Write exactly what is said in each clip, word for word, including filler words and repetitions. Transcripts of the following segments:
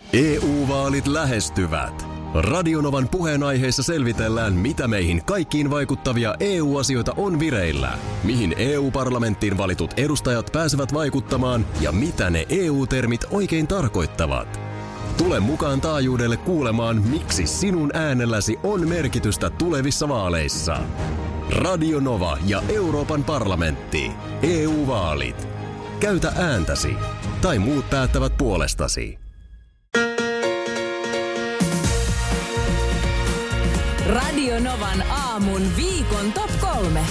E U-vaalit lähestyvät. Radionovan puheenaiheessa selvitellään, mitä meihin kaikkiin vaikuttavia E U-asioita on vireillä, mihin E U-parlamenttiin valitut edustajat pääsevät vaikuttamaan ja mitä ne E U-termit oikein tarkoittavat. Tule mukaan taajuudelle kuulemaan, miksi sinun äänelläsi on merkitystä tulevissa vaaleissa. Radio Nova ja Euroopan parlamentti. E U-vaalit. Käytä ääntäsi. Tai muut päättävät puolestasi. Radio Novan aamun viikon top kolme.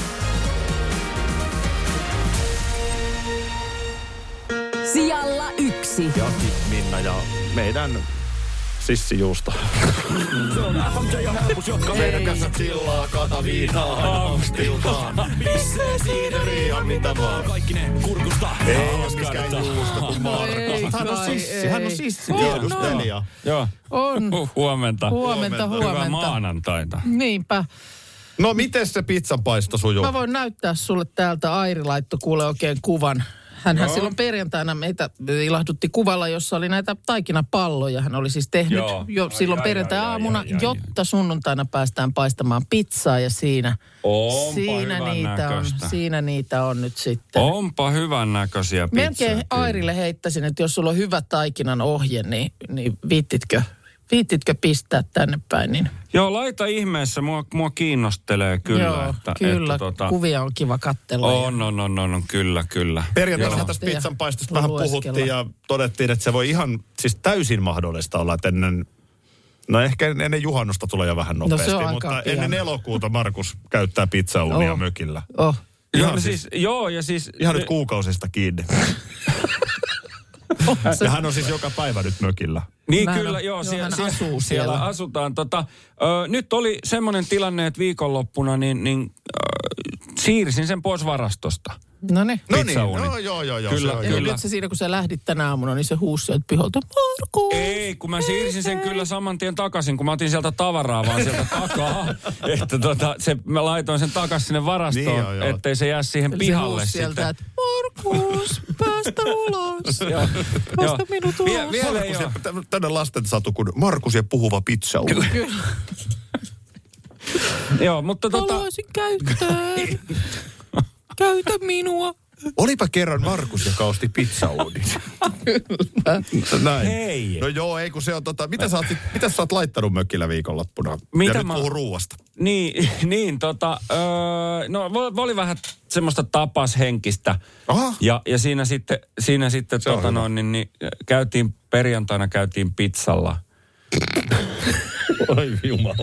Sijalla yksi. Jaki, Minna ja meidän sissijuusto. Se on F M J ja helpus, jotka meidän kanssa chillaa, kata viinaa aamustiltaan. Pissee siideriä ja mitä vaan. Kaikki ne kurkusta. Ei ole mikään juusto kuin Marko. Hän on sissi, hän on sissi On, tiedustelija. Joo. On. Huomenta. Huomenta, huomenta. Hyvää maanantaita. Niinpä. No miten se pizzanpaisto sujuu? Mä voin näyttää sulle täältä. Airi laittoi kuule oikein kuvan. Hänhän silloin perjantaina meitä ilahdutti kuvalla, jossa oli näitä taikinapalloja. Hän oli siis tehnyt Joo. jo Ai, silloin ai, perjantai-aamuna, ai, ai, ai, jotta sunnuntaina päästään paistamaan pizzaa ja siinä, Onpa siinä, hyvän niitä on, näköistä. siinä niitä on nyt sitten. Onpa hyvän näköisiä pizzoja. Melkein Airille heittäisin, että jos sulla on hyvä taikinan ohje, niin, niin viittitkö, viittitkö pistää tänne päin? Niin. Joo, laita ihmeessä. Mua, mua kiinnostelee kyllä. Joo, että, kyllä. Että, tota, Kuvia on kiva katsella. on, on, on, on, on, kyllä, kyllä. Perjantaina Joo. tästä Ja pizzanpaistosta vähän lueskella. puhuttiin ja todettiin, että se voi ihan siis täysin mahdollista olla, että ennen, no ehkä ennen juhannusta tulee jo vähän nopeasti, No se on mutta aika pian. ennen elokuuta Markus käyttää pizzauunia Oh. mökillä. Oh. Joo, Ihan no siis- siis, joo, ja siis... Ihan nyt kuukausista kiinni. Ja hän on siis joka päivä nyt mökillä. Niin Mä en kyllä, oo- joo, joo, siellä, hän siellä, asuu siellä siellä. asutaan. Tota, ö, nyt oli semmoinen tilanne, että viikonloppuna niin, niin ö, siirsin sen pois varastosta. No niin. No niin, Pizzauuni. no, joo, joo, joo. Kyllä, se on, Ja kyllä. nyt se siinä, kun sä lähdit tänä aamuna, niin se huusi sieltä piholta, Markus! Ei, kun mä siirsin sen kyllä saman tien takaisin, kun mä otin sieltä tavaraa vaan sieltä takaa. Että tota, se, mä laitoin sen takaisin sinne varastoon, Niin joo, joo. ettei se jää siihen Eli pihalle se huusi sieltä, sitten. että Markus, päästä ulos. Joo, joo. Päästä minut ulos. Vie, vielä ei Markus ole. ja, tänne lasten satu kuin Markus ja puhuva pizzauuni. Joo, mutta tota... Haluaisin käyttää. Käytä minua. Olipa kerran Markus, joka osti pizzauunin. Näin. Hei. No joo, ei kun se on tota, mitä sä oot, mitä sä oot laittanut mökillä viikonloppuna? Mitä ja mä- nyt puhun ruuasta. Niin, niin tota, öö, no vo- oli vähän semmoista tapashenkistä. Aha. Ja, ja siinä sitten, siinä sitten Se on tota hyvä. noin, niin, niin, käytiin perjantaina käytiin pizzalla. Oi jumala.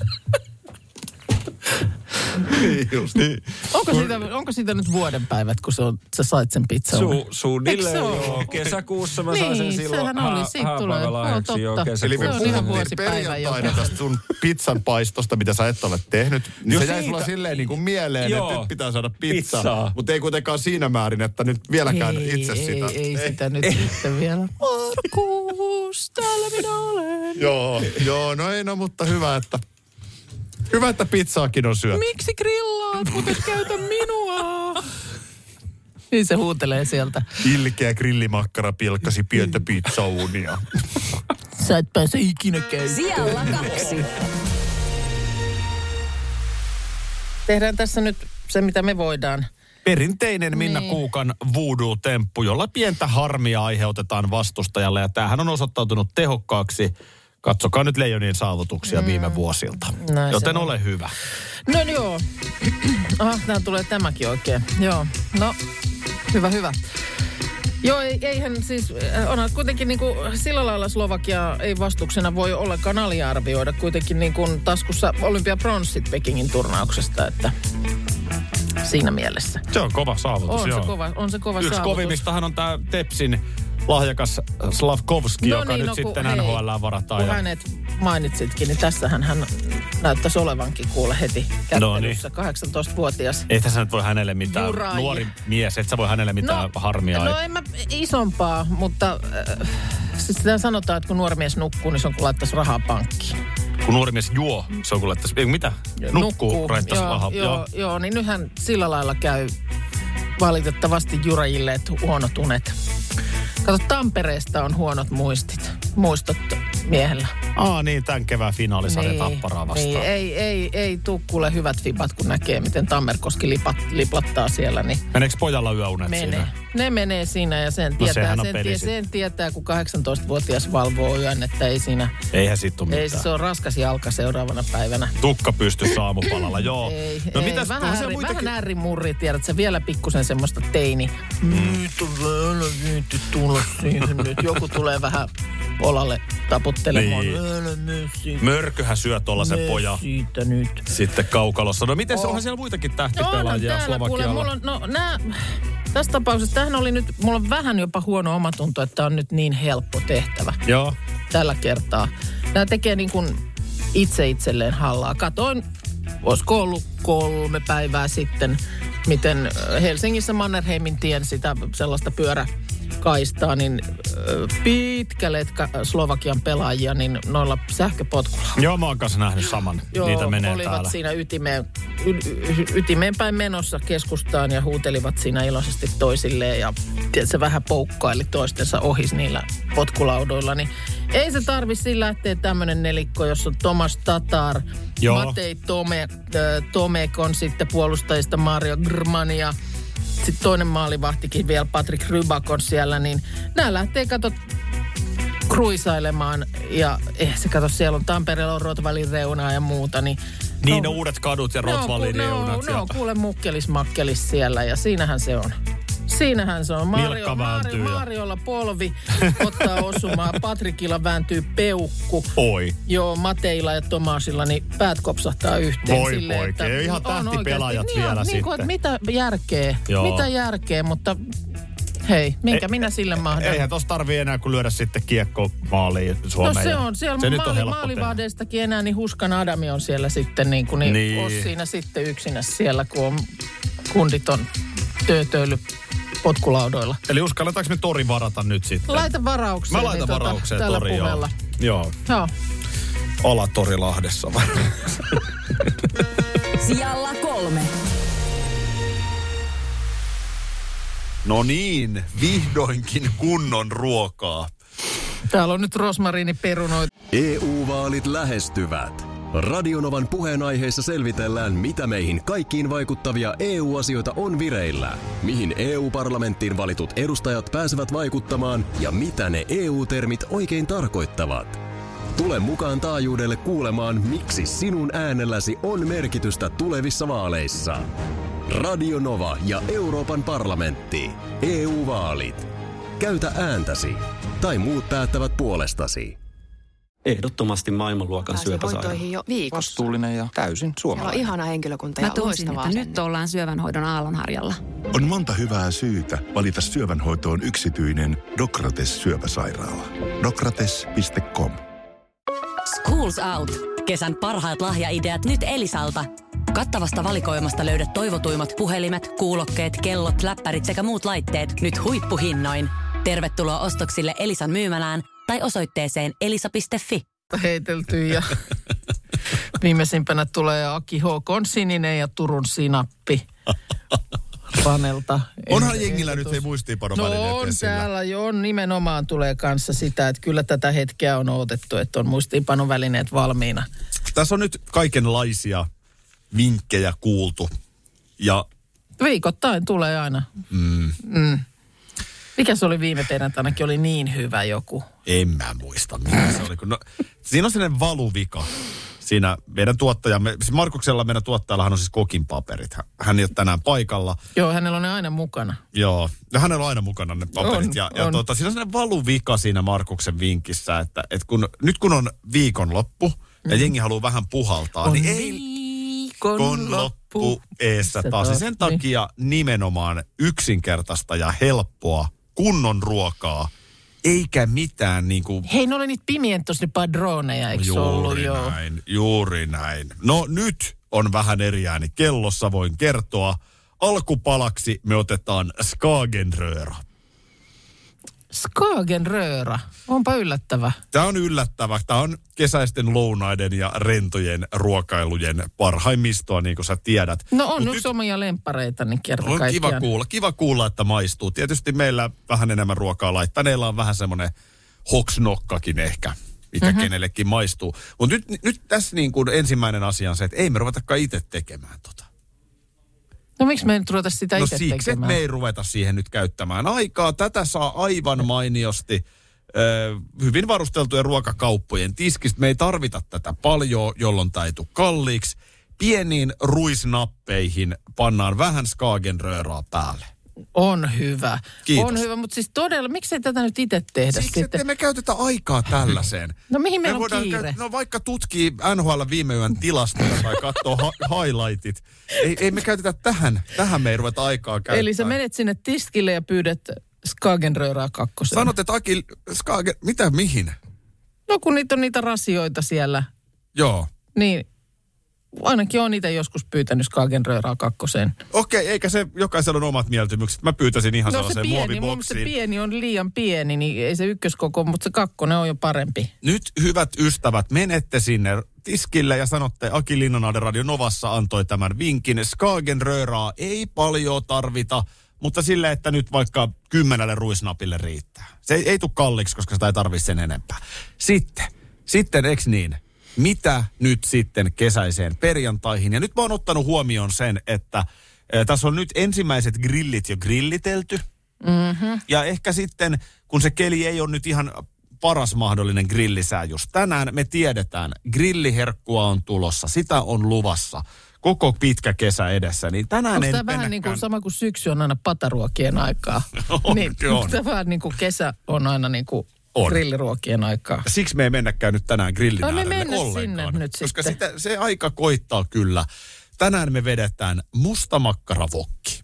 Niin just. Niin. Onko siitä, onko siitä nyt vuodenpäivät, kun se on, sä sait sen pizzan? Su, suunnilleen Eikö se ole? joo. Kesäkuussa mä Niin, sain sen silloin sehän oli, siitä tulee. haapavelahjaksi Joo, jo totta. Eli me Se on kesäkuussa. ihan puhuttiin vuosipäivä jo. perjantaina tästä sun pizzan paistosta, mitä sä et ole tehnyt. Niin Jo se jäi siitä. sulla silleen niin kuin mieleen, Joo. että nyt pitää saada pizza. Pizzaa. Mutta ei kuitenkaan siinä määrin, että nyt vieläkään ei, itse ei, sitä. Ei, ei sitä nyt sitten vielä. Markus, täällä minä olen. Joo, joo, no ei no, mutta hyvä, että hyvä, että pizzaakin on syöty. Miksi grillaat, mutta et käytä minua? Niin se huutelee sieltä. Ilkeä grillimakkara pilkkasi pientä pizzauunia. Sä et pääse ikinä käymään. Sijalla kaksi. Tehdään tässä nyt se, mitä me voidaan. Perinteinen Minna Niin. Kuukan voodoo-temppu, jolla pientä harmia aiheutetaan vastustajalle. Ja tämähän on osoittautunut tehokkaaksi. Katsokaa nyt Leijonien saavutuksia mm. viime vuosilta. Näin se Joten on. ole hyvä. No joo. Aha, tää tulee tämäkin oikein. Joo, no hyvä, hyvä. Joo, ei, eihän siis, äh, onhan kuitenkin niin kuin sillä lailla Slovakia ei vastuksena voi ollenkaan aliarvioida. Kuitenkin niin kuin taskussa olympiapronssit Pekingin turnauksesta, että siinä mielessä. Se on kova saavutus, On joo. se kova, on se kova Yksi saavutus. kovimmistahan on tämä Tepsin lahjakas Slavkovski, No joka niin, nyt no kun- sitten hei, N H L varataan. Kun Ja... hänet mainitsitkin, niin tässähän hän näyttäisi olevankin kuule heti kättelyssä. No niin. kahdeksantoistavuotias. Ei tässä nyt voi hänelle mitään, Juraj. nuori mies, et sä voi hänelle mitään harmia. No en mä isompaa, mutta äh, siis sitä sanotaan, että kun nuori mies nukkuu, niin se on kuin laittaisi rahaa pankkiin. Kun nuori mies juo, se on kuin laittaisi, ei mitä? Nukkuu, raittaisi joo, rahaa. Joo, joo. joo, niin nythän sillä lailla käy valitettavasti Jurajille, että huonot unet. Kato, Tampereesta on huonot muistit. muistot miehellä. Aa niin, tämän kevään finaalisarja Niin, Tapparaa vastaan. niin, ei, ei, ei tuu kuule hyvät fibat, kun näkee, miten Tammerkoski lipat, liplattaa siellä. Niin Meneekö pojalla yöunet menee. siinä? Ne menee siinä ja sen tietää, sehän on sen, tie, pelisi. sen tietää, kun kahdeksantoistavuotias valvoo yön, että ei siinä, Eihän sit tuu ei mitään. se on raskas jalka seuraavana päivänä. Tukka pystyy aamupalalla, joo. Ei, no ei. mitäs, vähän, onhan siellä ääri, muitakin... vähän äärimurri, tiedät sä, vielä pikkusen semmoista teini. Nyt on vielä viitti tulla siihen nyt. Joku tulee vähän polalle taputtelemaan. Niin. Älä mene siitä. Mörköhän syö tollasen Mene pojan siitä nyt. sitten kaukalossa. No miten se, Oh. onhan siellä muitakin No onhan tähtipelaajia täällä, kuule, Slovakialla? mulla on, no nää, tässä tapauksessa, tämähän oli nyt, mulla on vähän jopa huono omatunto, että on nyt niin helppo tehtävä Joo. tällä kertaa. Nämä tekee niin kuin itse itselleen hallaa. Katoin, olisiko ollut kolme päivää sitten, miten Helsingissä Mannerheimin tien sitä sellaista pyöräkaistaa, niin ö, pitkä letka Slovakian pelaajia, niin noilla sähköpotkulla. Joo, mä oon kanssa nähnyt saman. Joo, Niitä menee olivat täällä. siinä ytimeen, y, y, ytimeen päin menossa keskustaan ja huutelivat siinä iloisesti toisilleen ja tiedätkö, vähän poukkaili toistensa ohi niillä potkulaudoilla. Niin ei se tarvi sillä, ettei tämmöinen nelikko, jos on Tomas Tatar, Joo. Matei Tome, äh, Tomek on sitten puolustajista Mario Grman ja sitten toinen maalivahtikin vielä, Patrik Rybak on siellä, niin nämä lähtee, kato, kruisailemaan ja eh, se kato, siellä on Tampereella on Rotvallin reunaa ja muuta, niin Niin, no, ne uudet kadut ja ne on ku- Rotvallin ne on- reunat. Ne ja... on kuule mukkelis makkelis siellä ja siinähän se on. Siinähän se on. Mario, Nilkka Mario, vääntyy ja- Mariolla polvi ottaa osumaa, Patrikilla vääntyy peukku. Oi. Joo, Mateilla ja Tomasilla, niin päät kopsahtaa yhteen. Voi silleen, poikea, että ihan on tähtipelaajat oikeasti- vielä niin, niin kuin, että sitten. mitä järkeä, Joo. mitä järkeä, mutta hei, minkä Ei- minä sille mahdan? Eihän tossa tarvii enää kuin lyödä sitten kiekko maaliin No Suomeen. se ja on, siellä se nyt on maali, helppo tehdä. maalivahdeistakin enää, niin Huskan Adami on siellä sitten niin kuin, niin, Niin. niin. siinä sitten yksinä siellä, kun on kundit on töötöily potkulaudoilla. Eli uskalletaanko me tori varata nyt sitten? Laita varaukseen. Mä laitan niin, varaukseen tällä tori, joo. puheella. Joo. Joo. Alatori Lahdessa. Sijalla kolme. No niin, vihdoinkin kunnon ruokaa. Täällä on nyt rosmariiniperunoita. E U-vaalit lähestyvät. Radionovan puheenaiheessa selvitellään, mitä meihin kaikkiin vaikuttavia E U-asioita on vireillä, mihin E U-parlamenttiin valitut edustajat pääsevät vaikuttamaan ja mitä ne E U-termit oikein tarkoittavat. Tule mukaan taajuudelle kuulemaan, miksi sinun äänelläsi on merkitystä tulevissa vaaleissa. Radio Nova ja Euroopan parlamentti. E U-vaalit. Käytä ääntäsi. Tai muut päättävät puolestasi. Ehdottomasti maailmanluokan Pääsin syöpäsairaala. hoitoihin jo viikossa. Vastuullinen ja täysin Siellä on suomalainen. ihana henkilökunta ja Mä tunsin, loistavaa että nyt asennetta. ollaan syövänhoidon aallonharjalla. On monta hyvää syytä valita syövänhoitoon yksityinen Dokrates syöpäsairaala. Dokrates piste com. Schools Out. Kesän parhaat lahjaideat nyt Elisalta. Kattavasta valikoimasta löydät toivotuimmat puhelimet, kuulokkeet, kellot, läppärit sekä muut laitteet nyt huippuhinnoin. Tervetuloa ostoksille Elisan myymälään tai osoitteeseen elisa piste fi. Heitelty ja viimeisimpänä tulee Aki H. Sininen ja Turun sinappi Ranelta. Onhan En- jengillä ehdotus. nyt ei muistiinpano No välineet on esillä. täällä jo, on nimenomaan tulee kanssa sitä, että kyllä tätä hetkeä on odotettu, että on muistiinpanovälineet valmiina. Tässä on nyt kaikenlaisia vinkkejä kuultu. Ja Viikoittain tulee aina. mm, Mm. Mikä se oli viime perjantainakin, oli niin hyvä joku. en mä muista, mikä se oli. Kun no, siinä on sellainen valuvika. Siinä meidän tuottajamme, siis Markuksella meidän tuottajallahan on siis kokin paperit. Hän- Hän ei ole tänään paikalla. Joo, hänellä on ne aina mukana. Joo, ja hänellä on aina mukana ne paperit. On, ja ja on. Tuota, siinä on sellainen valuvika siinä Markuksen vinkissä, että, että kun, nyt kun on viikonloppu ja jengi haluaa vähän puhaltaa, On niin ei viikonloppu loppu eessä taas. Ja sen Niin. takia nimenomaan yksinkertaista ja helppoa kunnon ruokaa, eikä mitään niin kuin... Hei, ne oli niitä pimientos, ne padroneja, eikö se ollut? Juuri Joo. näin, juuri näin. No nyt on vähän eri ääni kellossa, voin kertoa. Alkupalaksi me otetaan Skagenröra. Skagenröra. Onpa yllättävä. Tämä on yllättävä. Tämä on kesäisten lounaiden ja rentojen ruokailujen parhaimmistoa, niin kuin sä tiedät. No on Mut yksi omia lempareita, niin kerta on kaikkiaan. kiva kuulla. Kiva kuulla, että maistuu. Tietysti meillä vähän enemmän ruokaa laittaneilla on vähän semmoinen hoksnokkakin ehkä, mikä mm-hmm. kenellekin maistuu. Mutta nyt, nyt tässä niin kuin ensimmäinen asia on se, että ei me ruvetakaan itse tekemään tota. No miksi me ei nyt ruveta sitä itse tekemään? No siksi, että me ei ruveta siihen nyt käyttämään aikaa. Tätä saa aivan mainiosti ö, hyvin varusteltujen ruokakauppojen tiskistä. Me ei tarvita tätä paljon, jolloin tämä ei tule kalliiksi. Pieniin ruisnappeihin pannaan vähän skagenrööraa päälle. On hyvä. Kiitos. On hyvä, mutta siis todella, miksei tätä nyt itse tehdä Siksi, sitten? että me käytetä aikaa tällaiseen. No mihin meillä me on kiire? Käy, no vaikka tutkii N H L viime yön tilastoja tai katsoo ha- highlightit. Ei, ei me käytetä tähän. Tähän me ei ruveta aikaa käyttää. Eli sä menet sinne tiskille ja pyydät skagenrööraa kakkosen. Sanot, että Aki, skagen, mitä mihin? No kun niitä on niitä rasioita siellä. Joo. Niin, ainakin on itse joskus pyytänyt skagenrööraa kakkoseen. Okei, eikä se, jokaisella on omat mieltymykset. Mä pyytäisin ihan no, sellaiseen se pieni, muoviboksiin. Se pieni on liian pieni, niin ei se ykköskoko, mutta se kakkonen on jo parempi. Nyt hyvät ystävät, menette sinne tiskille ja sanotte, Aki Linnanahde Radio Novassa antoi tämän vinkin. Skagenrööraa ei paljon tarvita, mutta sille, että nyt vaikka kymmenelle ruisnapille riittää. Se ei, ei tule kalliiksi, koska sitä ei tarvitse sen enempää. Sitten, sitten eks niin? Mitä nyt sitten kesäiseen perjantaihin? Ja nyt mä oon ottanut huomioon sen, että ä, tässä on nyt ensimmäiset grillit jo grillitelty. Mm-hmm. Ja ehkä sitten, kun se keli ei ole nyt ihan paras mahdollinen grillisää just tänään, me tiedetään, grilliherkkua on tulossa, sitä on luvassa. Koko pitkä kesä edessä, niin tänään onko en tämä vähän niin kuin sama kuin syksy on aina pataruokien aikaa? on, niin, on. Onko tämä vähän niin kuin kesä on aina niin kuin on. Grilliruokien aikaa? Siksi me ei mennäkään nyt tänään grillin no, äärelle me mennä ollenkaan. Sinne nyt koska sitten. Sitä, se aika koittaa kyllä. Tänään me vedetään mustamakkara-vokki.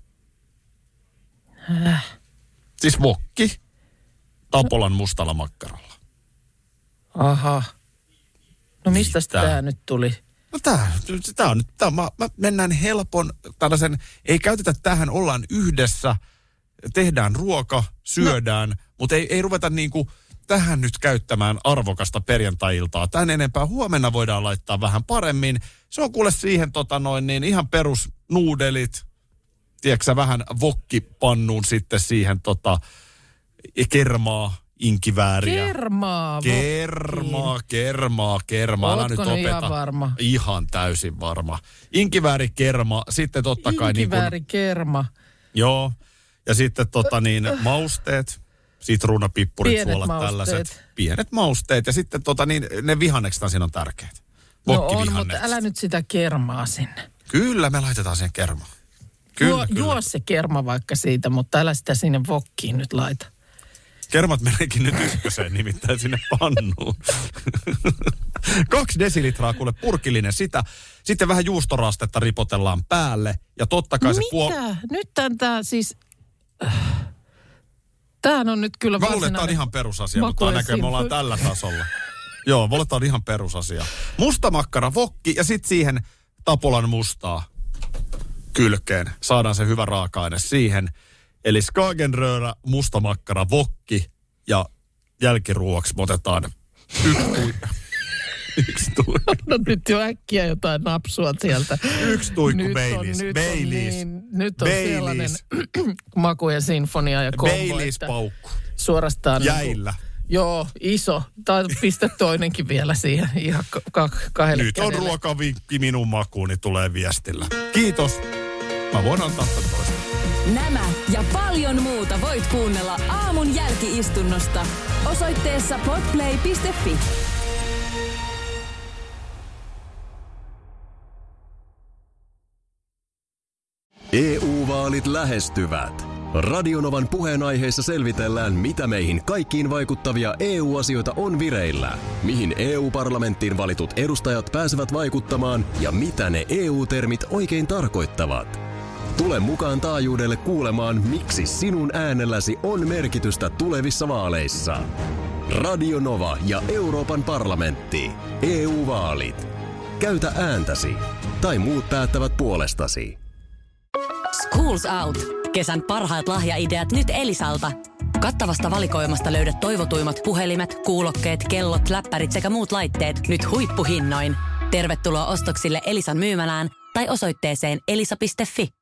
Häh? Siis vokki Tapolan mustalla makkaralla. Aha. No mistä Mitä? tämä nyt tuli? No tää, tää on nyt, tää, mä, mä mennään helpon, tällaisen, ei käytetä tähän, ollaan yhdessä, tehdään ruoka, syödään, no. mutta ei, ei ruveta niinku tähän nyt käyttämään arvokasta perjantai-iltaa. Tän enempää huomenna voidaan laittaa vähän paremmin. Se on kuule siihen tota noin niin ihan perus nuudelit, tiedätkö vähän vokkipannuun sitten siihen tota kermaa, inkivääriä. Kermaa. Kermaa, kermaa, kermaa. Älä nyt opeta. Ihan varma? Ihan täysin varma. Inkivääri, kerma, sitten totta kai Inkivääri, niin kun, kerma. joo, ja sitten tota niin mausteet, sitruuna, pippurit, Pienet suolat, mausteet. tällaiset. Pienet mausteet. Ja sitten tota niin, ne vihannekset siinä on tärkeät. No on, mutta älä nyt sitä kermaa sinne. Kyllä, me laitetaan siihen kermaa. Kyllä, juo, kyllä. juo se kerma vaikka siitä, mutta älä sitä sinne vokkiin nyt laita. Kermat meneekin nyt ykköseen nimittäin sinne pannuun. Kaksi desilitraa kuule purkillinen sitä. Sitten vähän juustorastetta ripotellaan päälle. Ja totta kai se puol... Mitä? Nyt tämä siis... Tämähän on nyt kyllä varsinainen... Mä luulen, että on ihan perusasia, mutta näköjään me ollaan tällä tasolla. Joo, me oletaan ihan perusasia. Mustamakkara, vokki ja sitten siihen Tapolan mustaa kylkeen. Saadaan se hyvä raaka-aine siihen. Eli skagenröörä, mustamakkara, vokki ja jälkiruoksi me otetaan yksi tuikku. Yksi tuikku. No nyt jo äkkiä jotain napsua sieltä. Yksi tuikku nyt Baileys. On, nyt Baileys. On niin, nyt on Baileys. sellainen makujen sinfonia ja kombo. Baileys paukku. Suorastaan... Jäillä. Niin kuin, joo, iso. Tai pistä toinenkin vielä siihen ihan ka- kahdelle Nyt kädelle. on ruokavinkki minun makuuni tulee viestillä. Kiitos. Mä voin antaa tämän toista. Nämä ja paljon muuta voit kuunnella aamun jälki-istunnosta osoitteessa podplay piste fi. E U-vaalit lähestyvät. Radionovan puheenaiheessa selvitellään, mitä meihin kaikkiin vaikuttavia E U-asioita on vireillä, mihin E U-parlamenttiin valitut edustajat pääsevät vaikuttamaan ja mitä ne E U-termit oikein tarkoittavat. Tule mukaan taajuudelle kuulemaan, miksi sinun äänelläsi on merkitystä tulevissa vaaleissa. Radio Nova ja Euroopan parlamentti. E U-vaalit. Käytä ääntäsi. Tai muut päättävät puolestasi. Schools Out. Kesän parhaat lahjaideat nyt Elisalta. Kattavasta valikoimasta löydät toivotuimmat puhelimet, kuulokkeet, kellot, läppärit sekä muut laitteet nyt huippuhinnoin. Tervetuloa ostoksille Elisan myymälään tai osoitteeseen elisa piste fi.